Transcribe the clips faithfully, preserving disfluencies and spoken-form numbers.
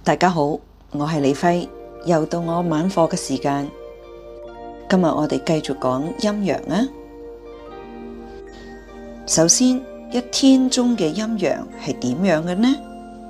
大家好，我係李輝，又到我晚課嘅時間。今日我哋繼續講陰陽啊。首先，一天中嘅陰陽係點樣嘅呢？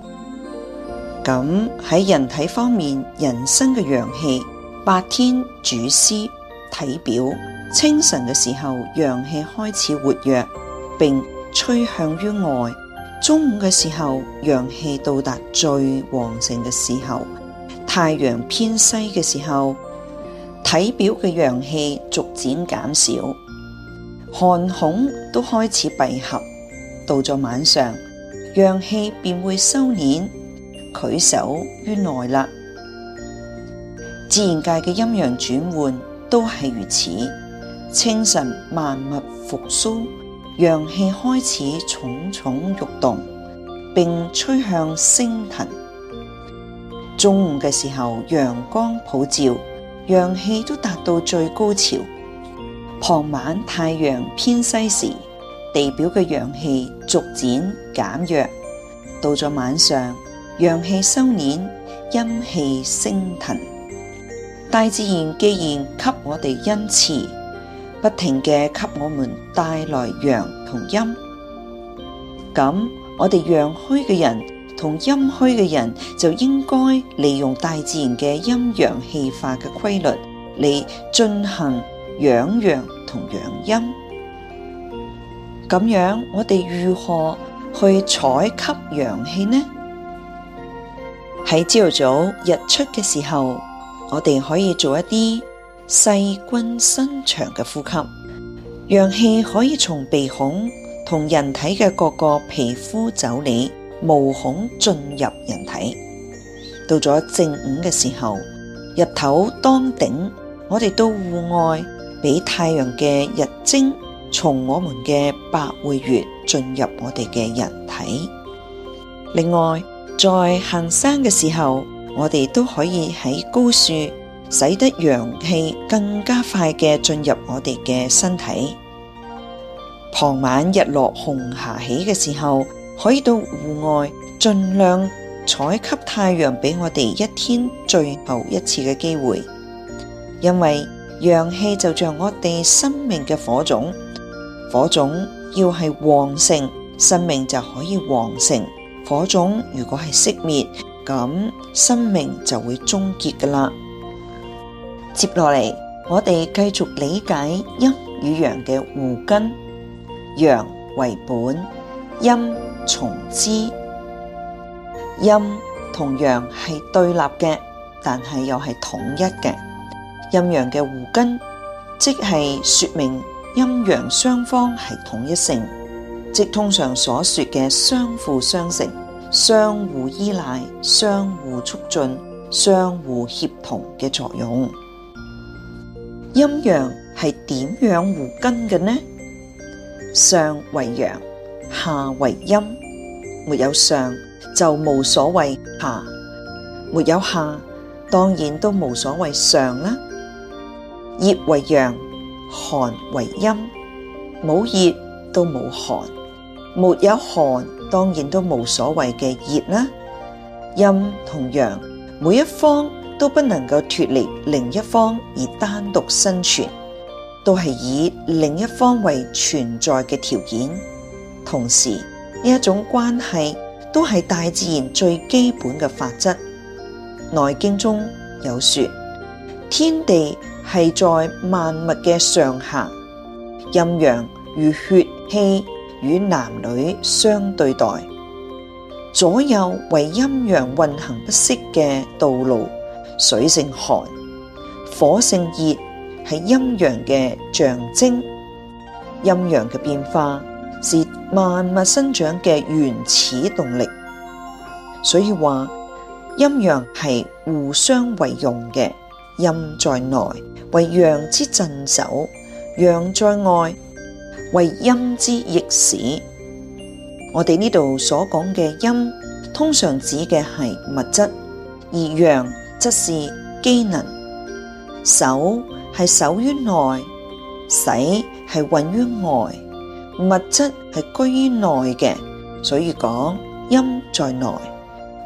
咁喺人體方面，人生嘅陽氣，白天主屍體表，清晨嘅時候陽氣開始活躍，並趨向於外。中午嘅時候，陽氣到達最旺盛嘅時候，太陽偏西嘅時候，體表嘅陽氣逐漸減少，汗孔都開始閉合。到咗晚上，陽氣便會收斂，拒守於內啦。自然界嘅陰陽轉換都係如此。清晨萬物復甦，陽氣開始蠢蠢欲動，並趨向升騰。中午嘅時候，陽光普照，陽氣都達到最高潮。傍晚太陽偏西時，地表嘅陽氣逐漸減弱。到咗晚上，陽氣收斂，陰氣升騰。大自然既然給我哋恩賜，不停嘅給我們帶來陽同陰，咁我哋陽虛嘅人同陰虛嘅人就應該利用大自然嘅陰陽氣化嘅規律嚟進行養陽同養陰。咁樣我哋如何去採吸陽氣呢？喺朝早日出嘅時候，我哋可以做一啲細均伸長嘅呼吸，陽氣可以從鼻孔同人體嘅各個皮膚腠理、毛孔進入人體。到咗正午嘅時候，日頭當頂，我哋到戶外，俾太陽嘅日精從我們嘅百會穴進入我哋嘅人體。另外，在行山嘅時候，我哋都可以喺高處，使得陽氣更加快嘅進入我哋嘅身體。傍晚日落紅霞起嘅時候，可以到戶外，盡量採吸太陽俾我哋一天最後一次嘅機會。因為陽氣就像我哋生命嘅火種，火種要係旺盛，生命就可以旺盛。火種如果係熄滅，咁生命就會終結噶啦。接落嚟，我哋繼續理解陰與陽嘅互根。陽為本，陰從之。陰同陽係對立嘅，但係又係統一嘅。陰陽嘅互根，即係說明陰陽雙方係統一性，即通常所說嘅相輔相成、相互依賴、相互促進、相互協同嘅作用。陰陽係點樣互根嘅呢？上為陽，下為陰。沒有上就無所謂下，沒有下當然都無所謂上啦。熱為陽，寒為陰。冇熱都冇寒，沒有寒當然都無所謂嘅熱啦。陰同陽每一方都不能夠脫離另一方而單獨生存，都係以另一方為存在嘅條件。同時呢一種關係都係大自然最基本嘅法則。內經中有說，天地係在萬物嘅上下，陰陽如血氣與男女相對待，左右為陰陽運行不息嘅道路。水性寒，火性熱，係陰陽嘅象徵。陰陽嘅變化是萬物生長嘅原始動力，所以話陰陽係互相為用嘅。陰在內為陽之鎮守，陽在外為陰之役使。我哋呢度所講嘅陰，通常指嘅係物質，而陽則是機能。守係守於內，使係運於外，物質係居於內嘅，所以講陰在內，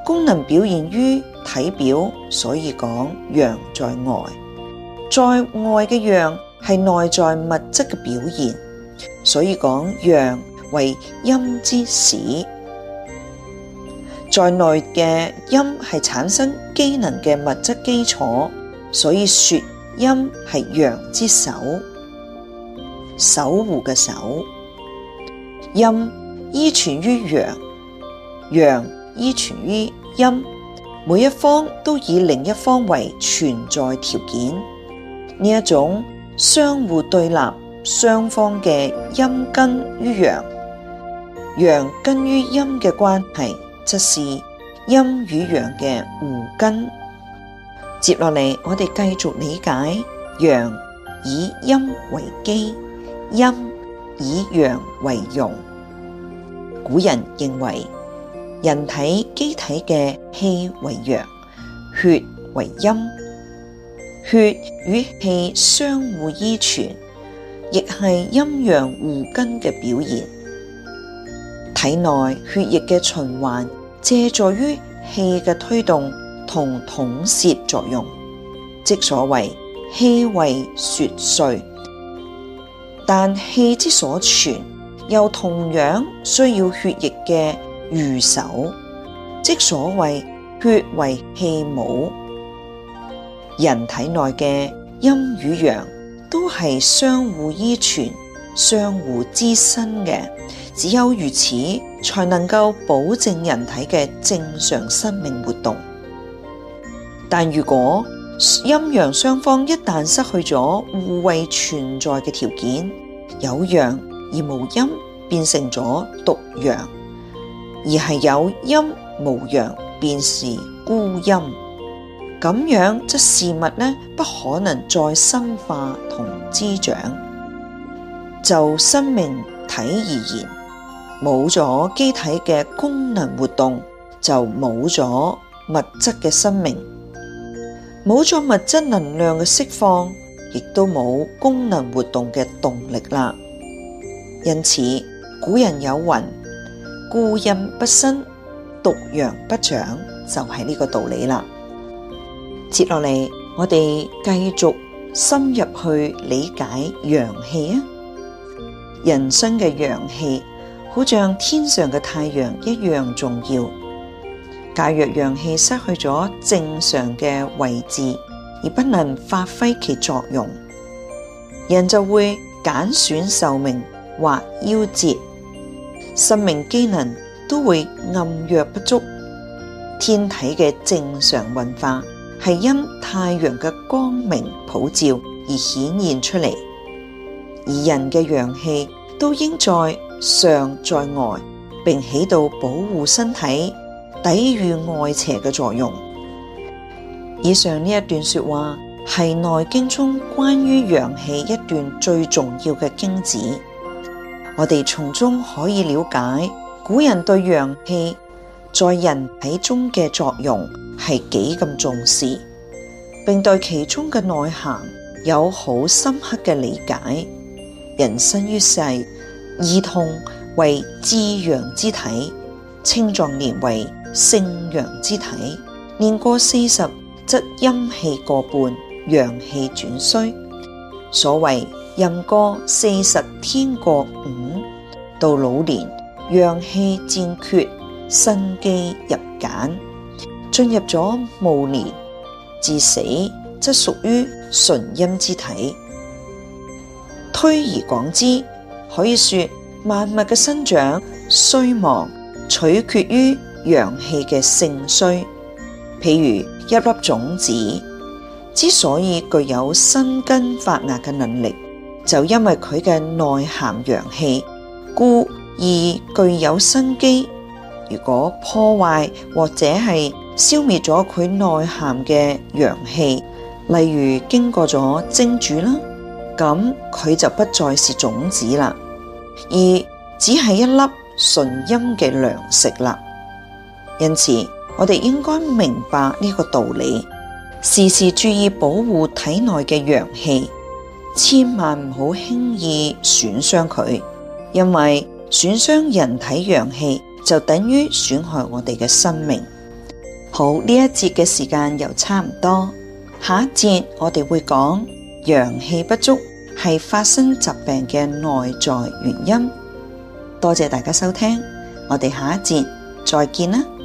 功能表現於體表，所以講陽在外。在外嘅陽係內在物質嘅表現，所以講陽為陰之始。在內嘅陰係產生機能嘅物質基礎，所以說陰係陽之守，守護嘅守。陰依存於陽，陽依存於陰，每一方都以另一方為存在條件。呢一種相互對立，雙方嘅陰根於陽，陽根於陰嘅關係，則是陰與陽嘅互根。接落嚟，我哋繼續理解陽以陰為基，陰以陽為容。古人認為人體機體嘅氣為陽，血為陰，血與氣相互依存，亦係陰陽互根嘅表現。體內血液嘅循環借助於氣嘅推動同統攝作用，即所謂氣為血帥。但氣之所存，又同樣需要血液嘅御守，即所謂血為氣母。人體內嘅陰與陽都係相互依存、相互滋生嘅，只有如此，才能夠保證人體嘅正常生命活動。但如果陰陽雙方一旦失去咗互為存在嘅條件，有陽而無陰，變成咗獨陽；而係有陰無陽，便是孤陰。咁樣則事物呢不可能再生化同滋長。就生命體而言，冇咗機體嘅功能活動，就冇咗物質嘅生命，冇咗物質能量嘅釋放，亦都冇功能活動嘅動力啦。因此，古人有云：孤陰不生，獨陽不長，就係呢個道理啦。接落嚟，我哋繼續深入去理解陽氣啊。人生嘅陽氣，好像天上嘅太陽一樣重要。假若陽氣失去咗正常嘅位置，而不能發揮其作用，人就會減損壽命或夭折，生命機能都會暗弱不足。天體嘅正常運化係因太陽嘅光明普照而顯現出嚟，而人嘅陽氣都應在上在外，並起到保護身體、抵禦外邪嘅作用。以上呢一段說話係《內經》中關於陽氣一段最重要嘅經旨，我哋從中可以了解古人對陽氣在人體中嘅作用係幾咁重視，並對其中嘅內涵有好深刻嘅理解。人生於世，兒童為至陽之體，青壯年為盛陽之體，年過四十則陰氣過半，陽氣轉衰。所謂人過四十天過五，到老年陽氣漸缺，生機日減，進入咗暮年，至死則屬於純陰之體。推而廣之，可以說萬物嘅生長衰亡取決於陽氣嘅盛衰。譬如一粒種子之所以具有生根發芽嘅能力，就因為佢嘅內含陽氣，故而具有生機。如果破壞或者係消滅咗佢內含嘅陽氣，例如經過咗蒸煮啦，咁佢就不再是種子啦，而只係一粒純陰嘅糧食啦。因此，我哋應該明白呢個道理，時時注意保護體內嘅陽氣，千萬唔好輕易損傷佢，因為損傷人體陽氣就等於損害我哋嘅生命。 好，呢一節嘅時間又差唔多，下一節我哋會講陽氣不足係發生疾病嘅內在原因。多謝大家收聽，我哋下一節再見啦。